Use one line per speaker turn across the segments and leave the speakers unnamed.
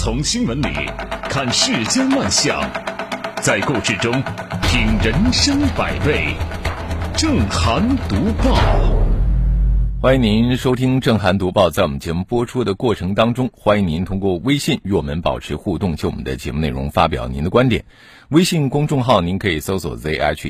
从新闻里看世间万象，在故事中品人生百味。正涵读报，
欢迎您收听正涵读报。在我们节目播出的过程当中，欢迎您通过微信与我们保持互动，就我们的节目内容发表您的观点。微信公众号您可以搜索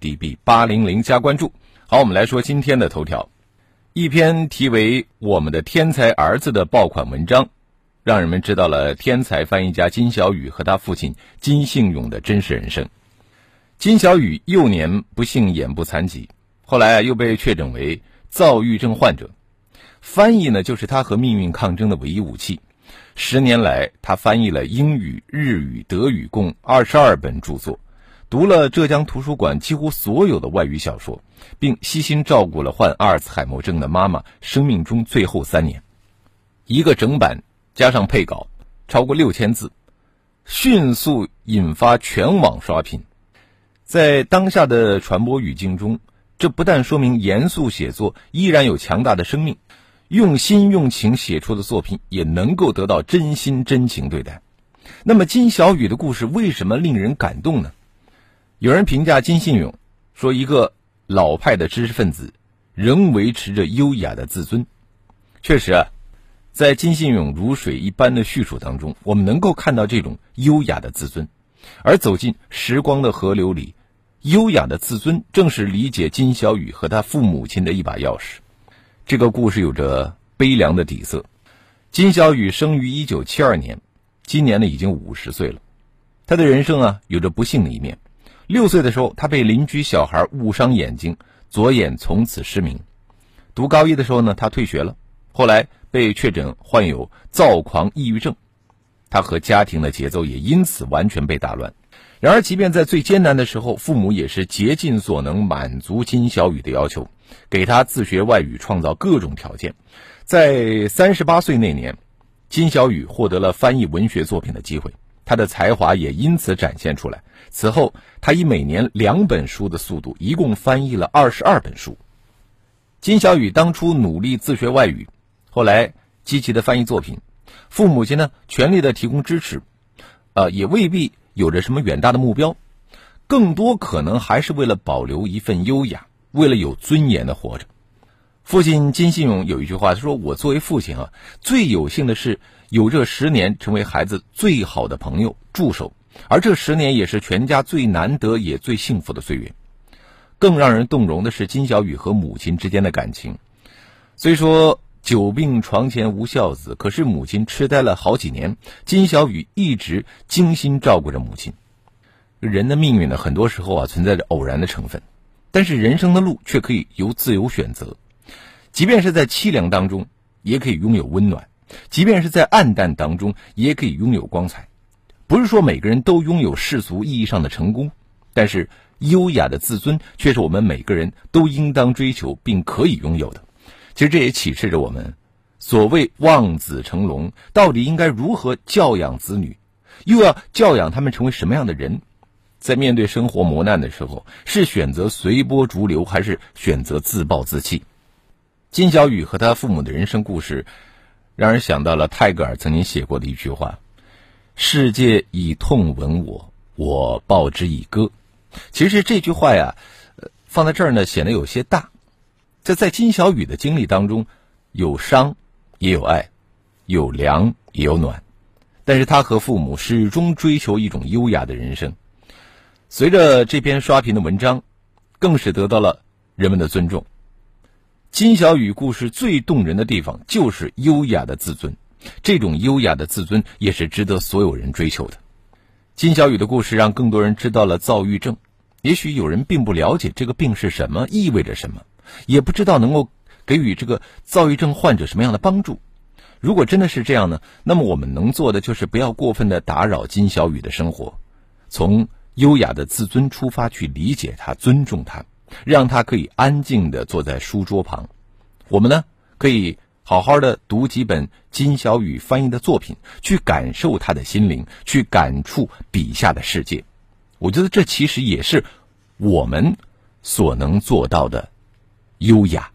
ZHDB800 加关注。好，我们来说今天的头条。一篇题为《我们的天才儿子》的爆款文章，让人们知道了天才翻译家金小雨和他父亲金信勇的真实人生。金小雨幼年不幸眼部残疾，后来又被确诊为躁郁症患者。翻译呢，就是他和命运抗争的唯一武器。10年来，他翻译了英语、日语、德语共22本著作，读了浙江图书馆几乎所有的外语小说，并悉心照顾了患阿尔茨海默症的妈妈生命中最后3年。一个整版加上配稿，超过6000字，迅速引发全网刷屏。在当下的传播语境中，这不但说明严肃写作依然有强大的生命，用心用情写出的作品也能够得到真心真情对待。那么金小雨的故事为什么令人感动呢？有人评价金信勇说，一个老派的知识分子仍维持着优雅的自尊。确实啊，在金信勇如水一般的叙述当中，我们能够看到这种优雅的自尊。而走进时光的河流里，优雅的自尊正是理解金小雨和他父母亲的一把钥匙。这个故事有着悲凉的底色。金小雨生于1972年，今年呢已经50岁了。他的人生啊有着不幸的一面。6岁的时候，他被邻居小孩误伤眼睛，左眼从此失明。读高1的时候呢，他退学了，后来被确诊患有躁狂抑郁症。他和家庭的节奏也因此完全被打乱。然而即便在最艰难的时候，父母也是竭尽所能满足金小雨的要求，给他自学外语创造各种条件。在38岁那年，金小雨获得了翻译文学作品的机会，他的才华也因此展现出来。此后他以每年2本书的速度，一共翻译了22本书。金小雨当初努力自学外语，后来积极的翻译作品，父母亲呢全力的提供支持，也未必有着什么远大的目标，更多可能还是为了保留一份优雅，为了有尊严的活着。父亲金信勇有一句话，他说，我作为父亲啊，最有幸的是有这10年成为孩子最好的朋友助手，而这10年也是全家最难得也最幸福的岁月。更让人动容的是金小雨和母亲之间的感情。虽说久病床前无孝子，可是母亲痴呆了好几年，金小雨一直精心照顾着母亲。人的命运呢，很多时候啊存在着偶然的成分，但是人生的路却可以由自由选择。即便是在凄凉当中，也可以拥有温暖；即便是在暗淡当中，也可以拥有光彩。不是说每个人都拥有世俗意义上的成功，但是优雅的自尊却是我们每个人都应当追求并可以拥有的。其实这也启示着我们，所谓望子成龙，到底应该如何教养子女，又要教养他们成为什么样的人。在面对生活磨难的时候，是选择随波逐流，还是选择自暴自弃？金小雨和他父母的人生故事，让人想到了泰戈尔曾经写过的一句话，世界以痛吻我，我报之以歌。其实这句话呀，放在这儿呢显得有些大。在金小雨的经历当中，有伤也有爱，有凉也有暖，但是他和父母始终追求一种优雅的人生。随着这篇刷屏的文章，更是得到了人们的尊重。金小雨故事最动人的地方就是优雅的自尊，这种优雅的自尊也是值得所有人追求的。金小雨的故事让更多人知道了躁郁症，也许有人并不了解这个病是什么，意味着什么，也不知道能够给予这个躁郁症患者什么样的帮助。如果真的是这样呢，那么我们能做的就是不要过分的打扰金小雨的生活，从优雅的自尊出发去理解他，尊重他，让他可以安静地坐在书桌旁。我们呢，可以好好的读几本金小雨翻译的作品，去感受他的心灵，去感触笔下的世界。我觉得这其实也是我们所能做到的优雅。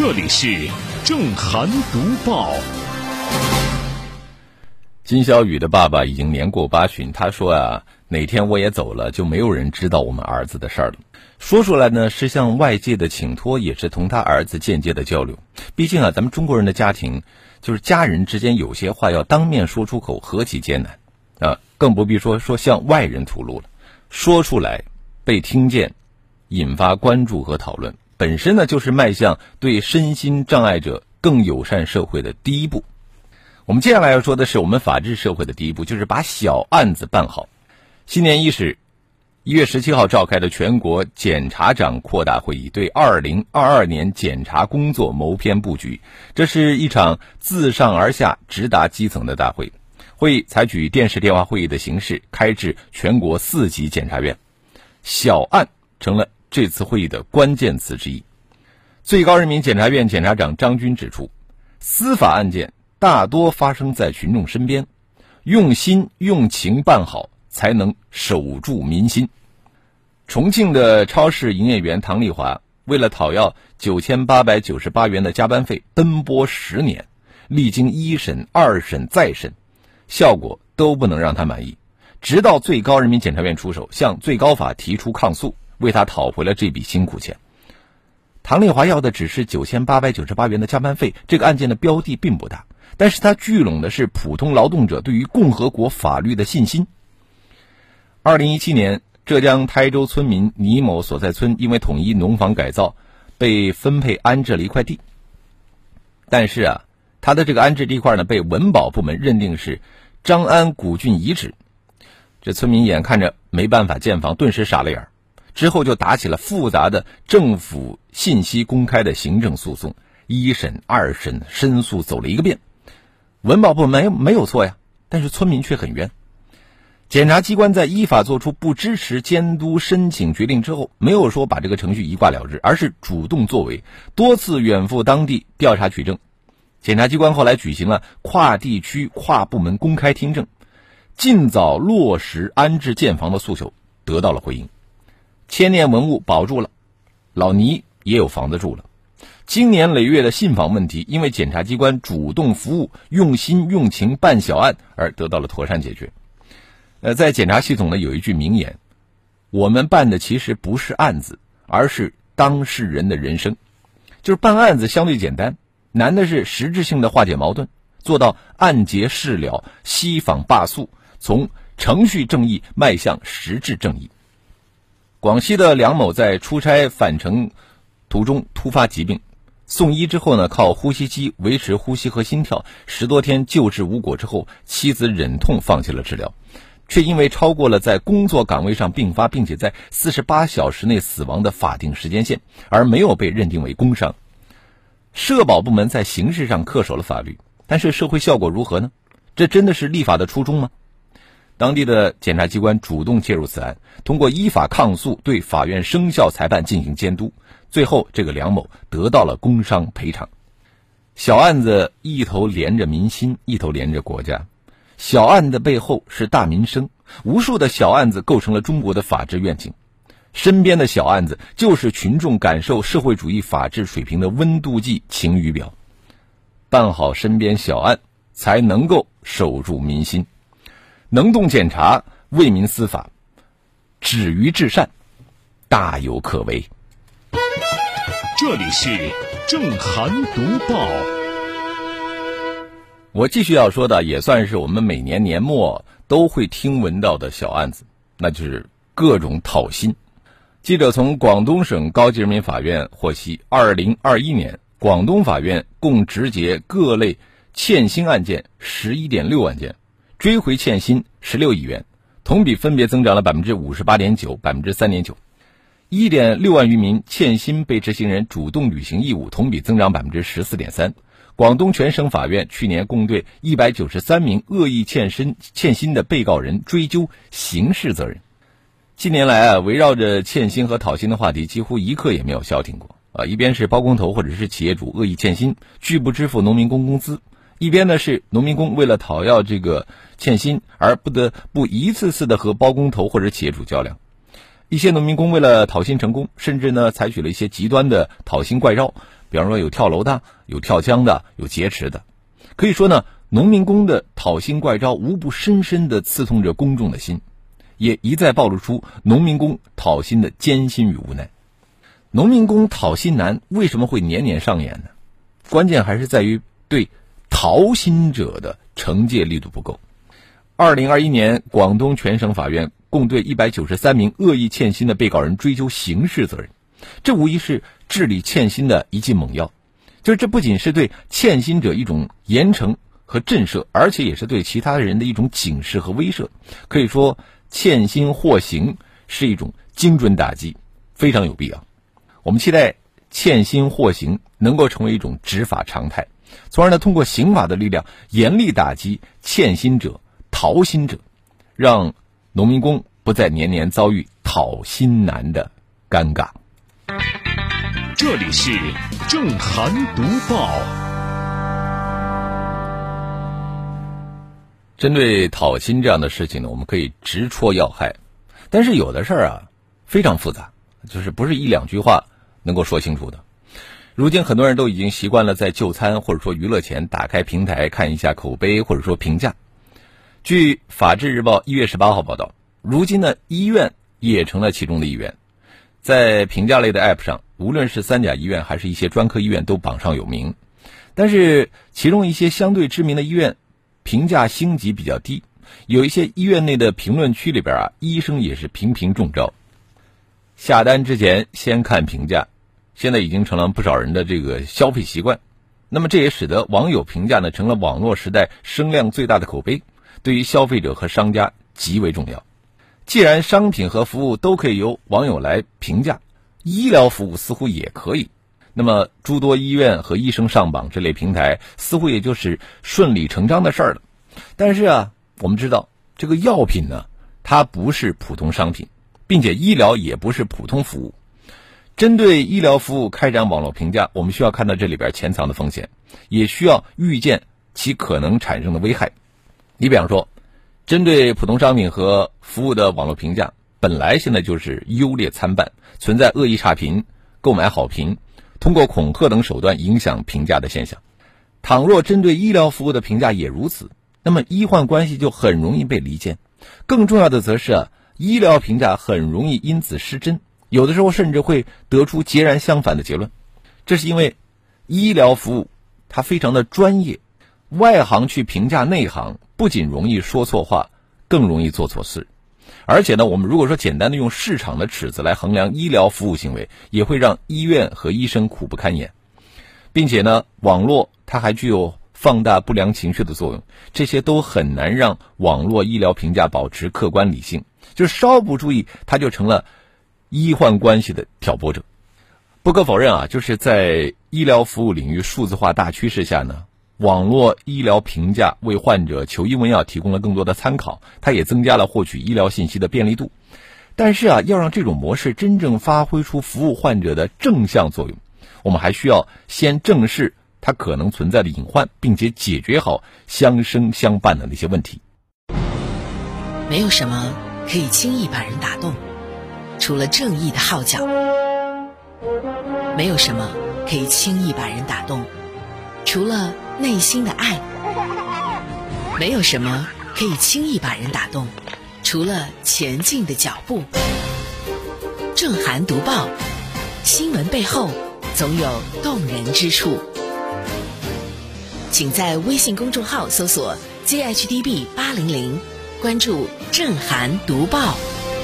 这里是正涵读报。
金小雨的爸爸已经年过80，他说哪天我也走了，就没有人知道我们儿子的事儿了。说出来呢，是向外界的请托，也是同他儿子间接的交流。毕竟咱们中国人的家庭，就是家人之间有些话要当面说出口，何其艰难更不必说向外人吐露了。说出来，被听见，引发关注和讨论，本身呢就是迈向对身心障碍者更友善社会的第一步。我们接下来要说的是我们法治社会的第一步，就是把小案子办好。新年伊始，1月17号召开的全国检察长扩大会议对2022年检察工作谋篇布局，这是一场自上而下直达基层的大会。会议采取电视电话会议的形式开至全国4级检察院，小案成了这次会议的关键词之一。最高人民检察院检察长张军指出，司法案件大多发生在群众身边，用心用情办好，才能守住民心。重庆的超市营业员唐丽华为了讨要9898元的加班费，奔波10年，历经1审、2审、再审，效果都不能让他满意。直到最高人民检察院出手，向最高法提出抗诉，为他讨回了这笔辛苦钱。唐丽华要的只是9898元的加班费，这个案件的标的并不大，但是它聚拢的是普通劳动者对于共和国法律的信心。2017年，浙江台州村民倪某所在村因为统一农房改造，被分配安置了一块地。但是他的这个安置地块呢，被文保部门认定是张安古郡遗址。这村民眼看着没办法建房，顿时傻了眼，之后就打起了复杂的政府信息公开的行政诉讼，1审、2审申诉走了一个遍。文保部门没有错呀，但是村民却很冤。检察机关在依法作出不支持监督申请决定之后，没有说把这个程序一挂了之，而是主动作为，多次远赴当地调查取证。检察机关后来举行了跨地区跨部门公开听证，尽早落实安置建房的诉求得到了回应。千年文物保住了，老倪也有房子住了。经年累月的信访问题，因为检察机关主动服务，用心用情办小案而得到了妥善解决。在检察系统呢，有一句名言，我们办的其实不是案子，而是当事人的人生。就是办案子相对简单，难的是实质性的化解矛盾，做到案结事了，西访罢诉，从程序正义迈向实质正义。广西的梁某在出差返程途中突发疾病，送医之后呢，靠呼吸机维持呼吸和心跳，10多天救治无果之后，妻子忍痛放弃了治疗，却因为超过了在工作岗位上病发并且在48小时内死亡的法定时间线，而没有被认定为工伤。社保部门在形式上恪守了法律，但是社会效果如何呢？这真的是立法的初衷吗？当地的检察机关主动介入此案，通过依法抗诉对法院生效裁判进行监督，最后这个梁某得到了工伤赔偿。小案子一头连着民心，一头连着国家。小案的背后是大民生，无数的小案子构成了中国的法治愿景。身边的小案子就是群众感受社会主义法治水平的温度计、晴雨表。办好身边小案，才能够守住民心。能动检察，为民司法，止于至善，大有可为。
这里是正涵读报。
我继续要说的也算是我们每年年末都会听闻到的小案子，那就是各种讨薪。记者从广东省高级人民法院获悉，2021年广东法院共执结各类欠薪案件11.6万件，追回欠薪16亿元，同比分别增长了 58.9%、3.9%。1.6万余名欠薪被执行人主动履行义务，同比增长 14.3%。广东全省法院去年共对193名恶意欠薪的被告人追究刑事责任。近年来围绕着欠薪和讨薪的话题几乎一刻也没有消停过一边是包工头或者是企业主恶意欠薪，拒不支付农民工工资，一边呢是农民工为了讨要这个欠薪而不得不一次次的和包工头或者企业主较量。一些农民工为了讨薪成功，甚至呢采取了一些极端的讨薪怪招，比比方说有跳楼的，有跳江的，有劫持的。可以说呢，农民工的讨薪怪招无不深深地刺痛着公众的心，也一再暴露出农民工讨薪的艰辛与无奈。农民工讨薪难为什么会年年上演呢？关键还是在于对讨薪者的惩戒力度不够。2021年，广东全省法院共对193名恶意欠薪的被告人追究刑事责任，这无疑是治理欠薪的一剂猛药。就是这不仅是对欠薪者一种严惩和震慑，而且也是对其他人的一种警示和威慑。可以说，欠薪获刑是一种精准打击，非常有必要。我们期待欠薪获刑能够成为一种执法常态，从而呢，通过刑法的力量严厉打击欠薪者、讨薪者，让农民工不再年年遭遇讨薪难的尴尬。
这里是正涵读报。
针对讨薪这样的事情呢，我们可以直戳要害，但是有的事儿啊非常复杂，就是不是一两句话能够说清楚的。如今很多人都已经习惯了在就餐或者说娱乐前打开平台看一下口碑或者说评价。据法制日报1月18号报道，如今呢，医院也成了其中的一员。在评价类的 App 上，无论是3甲医院还是一些专科医院都榜上有名，但是其中一些相对知名的医院评价星级比较低，有一些医院内的评论区里边啊，医生也是频频中招。下单之前先看评价，现在已经成了不少人的这个消费习惯。那么这也使得网友评价呢成了网络时代声量最大的口碑，对于消费者和商家极为重要。既然商品和服务都可以由网友来评价，医疗服务似乎也可以。那么诸多医院和医生上榜这类平台似乎也就是顺理成章的事儿了。但是啊，我们知道这个药品呢，它不是普通商品，并且医疗也不是普通服务。针对医疗服务开展网络评价，我们需要看到这里边潜藏的风险，也需要预见其可能产生的危害。你比方说，针对普通商品和服务的网络评价，本来现在就是优劣参半，存在恶意差评、购买好评、通过恐吓等手段影响评价的现象。倘若针对医疗服务的评价也如此，那么医患关系就很容易被离间。更重要的则是医疗评价很容易因此失真，有的时候甚至会得出截然相反的结论。这是因为医疗服务它非常的专业，外行去评价内行，不仅容易说错话，更容易做错事。而且呢，我们如果说简单的用市场的尺子来衡量医疗服务行为，也会让医院和医生苦不堪言。并且呢，网络它还具有放大不良情绪的作用，这些都很难让网络医疗评价保持客观理性，就稍不注意，它就成了医患关系的挑拨者。不可否认啊，就是在医疗服务领域数字化大趋势下呢，网络医疗评价为患者求医问药提供了更多的参考，它也增加了获取医疗信息的便利度。但是啊，要让这种模式真正发挥出服务患者的正向作用，我们还需要先正视它可能存在的隐患，并且解决好相生相伴的那些问题。
没有什么可以轻易把人打动，除了正义的号角；没有什么可以轻易把人打动，除了内心的爱；没有什么可以轻易把人打动，除了前进的脚步。正涵读报，新闻背后总有动人之处。请在微信公众号搜索 JHDB800， 关注正涵读报。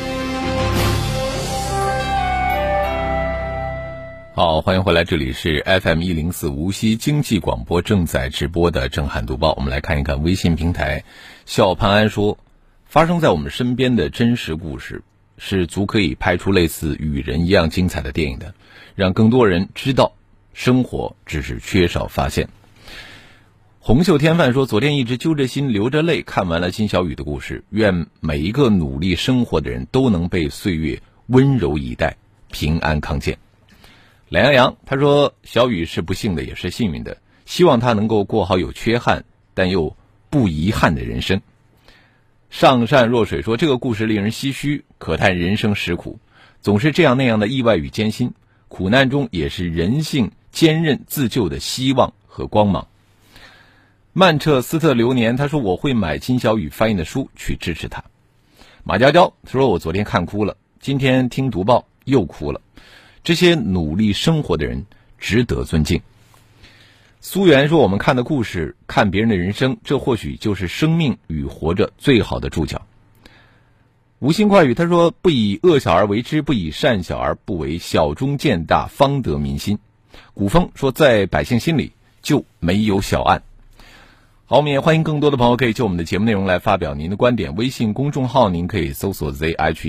好，欢迎回来，这里是 FM104 无锡经济广播正在直播的正涵读报。我们来看一看微信平台，笑潘安说，发生在我们身边的真实故事是足可以拍出类似雨人一样精彩的电影的，让更多人知道生活只是缺少发现。红袖天饭说，昨天一直揪着心流着泪看完了金小雨的故事，愿每一个努力生活的人都能被岁月温柔以待，平安康健。懒羊羊他说，小雨是不幸的也是幸运的，希望他能够过好有缺憾但又不遗憾的人生。上善若水说，这个故事令人唏嘘，可叹人生实苦，总是这样那样的意外与艰辛，苦难中也是人性坚韧自救的希望和光芒。曼彻斯特流年他说我会买金小雨翻译的书去支持他。马娇娇他说我昨天看哭了，今天听读报又哭了，这些努力生活的人值得尊敬。苏源说我们看的故事，看别人的人生，这或许就是生命与活着最好的注脚。无心快语他说不以恶小而为之，不以善小而不为，小中见大，方得民心。古风说在百姓心里就没有小案。好，我们也欢迎更多的朋友可以就我们的节目内容来发表您的观点。微信公众号您可以搜索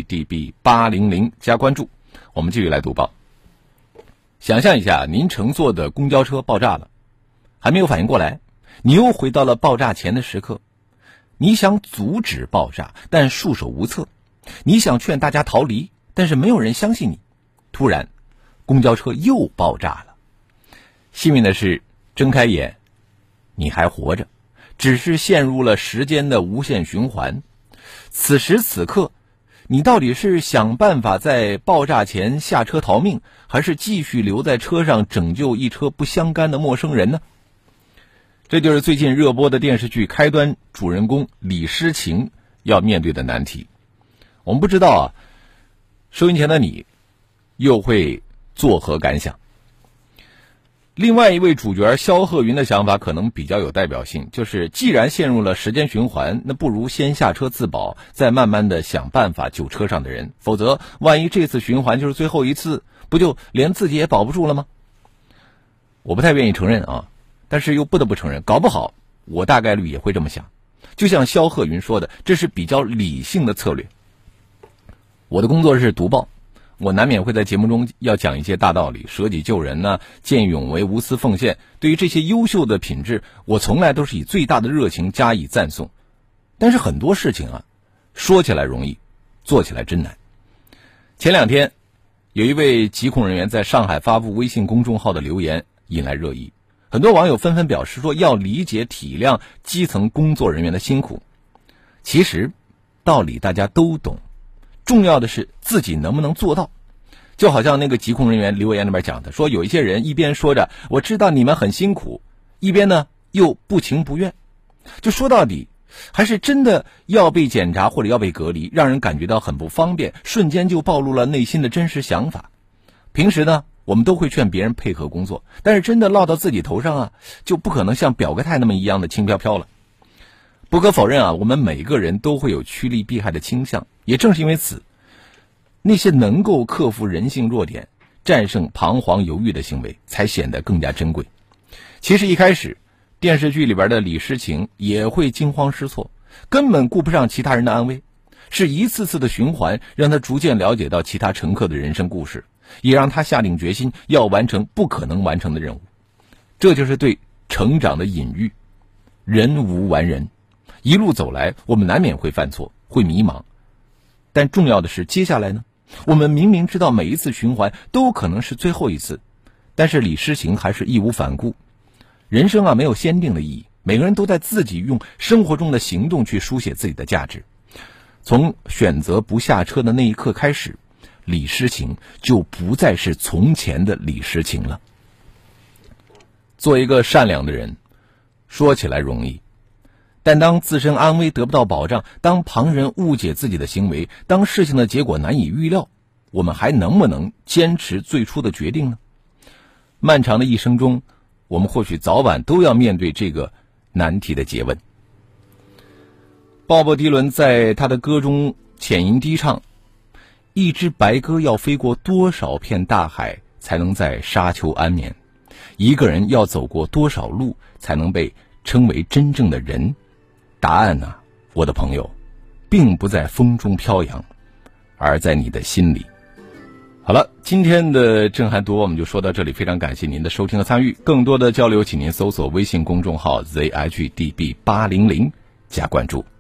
ZHDB800 加关注。我们继续来读报。想象一下，您乘坐的公交车爆炸了，还没有反应过来，你又回到了爆炸前的时刻。你想阻止爆炸，但束手无策。你想劝大家逃离，但是没有人相信你。突然，公交车又爆炸了。幸运的是，睁开眼，你还活着，只是陷入了时间的无限循环。此时此刻，你到底是想办法在爆炸前下车逃命，还是继续留在车上拯救一车不相干的陌生人呢？这就是最近热播的电视剧《开端》主人公李诗情要面对的难题。我们不知道收音前的你又会作何感想？另外一位主角肖鹤云的想法可能比较有代表性，就是既然陷入了时间循环，那不如先下车自保，再慢慢的想办法救车上的人，否则万一这次循环就是最后一次，不就连自己也保不住了吗？我不太愿意承认但是又不得不承认，搞不好我大概率也会这么想。就像肖鹤云说的，这是比较理性的策略。我的工作是读报，我难免会在节目中要讲一些大道理，舍己救人见义勇为，无私奉献。对于这些优秀的品质，我从来都是以最大的热情加以赞颂。但是很多事情说起来容易，做起来真难。前两天有一位疾控人员在上海发布微信公众号的留言引来热议，很多网友纷纷表示说要理解体谅基层工作人员的辛苦。其实道理大家都懂，重要的是自己能不能做到。就好像那个疾控人员留言里面讲的，说有一些人一边说着我知道你们很辛苦，一边又不情不愿。就说到底还是真的要被检查或者要被隔离，让人感觉到很不方便，瞬间就暴露了内心的真实想法。平时我们都会劝别人配合工作，但是真的落到自己头上就不可能像表个态那么一样的轻飘飘了。不可否认我们每个人都会有趋利避害的倾向，也正是因为此，那些能够克服人性弱点，战胜彷徨犹豫的行为才显得更加珍贵。其实一开始电视剧里边的李诗情也会惊慌失措，根本顾不上其他人的安危，是一次次的循环让他逐渐了解到其他乘客的人生故事，也让他下定决心要完成不可能完成的任务。这就是对成长的隐喻。人无完人，一路走来我们难免会犯错，会迷茫，但重要的是接下来呢，我们明明知道每一次循环都可能是最后一次，但是李诗情还是义无反顾。人生没有先定的意义，每个人都在自己用生活中的行动去书写自己的价值。从选择不下车的那一刻开始，李诗情就不再是从前的李诗情了。做一个善良的人，说起来容易，但当自身安危得不到保障，当旁人误解自己的行为，当事情的结果难以预料，我们还能不能坚持最初的决定呢？漫长的一生中，我们或许早晚都要面对这个难题的诘问。鲍勃迪伦在他的歌中浅吟低唱，一只白鸽要飞过多少片大海才能在沙丘安眠？一个人要走过多少路才能被称为真正的人？答案我的朋友，并不在风中飘扬，而在你的心里。好了，今天的震撼读我们就说到这里，非常感谢您的收听和参与。更多的交流，请您搜索微信公众号 ZHDB800 加关注。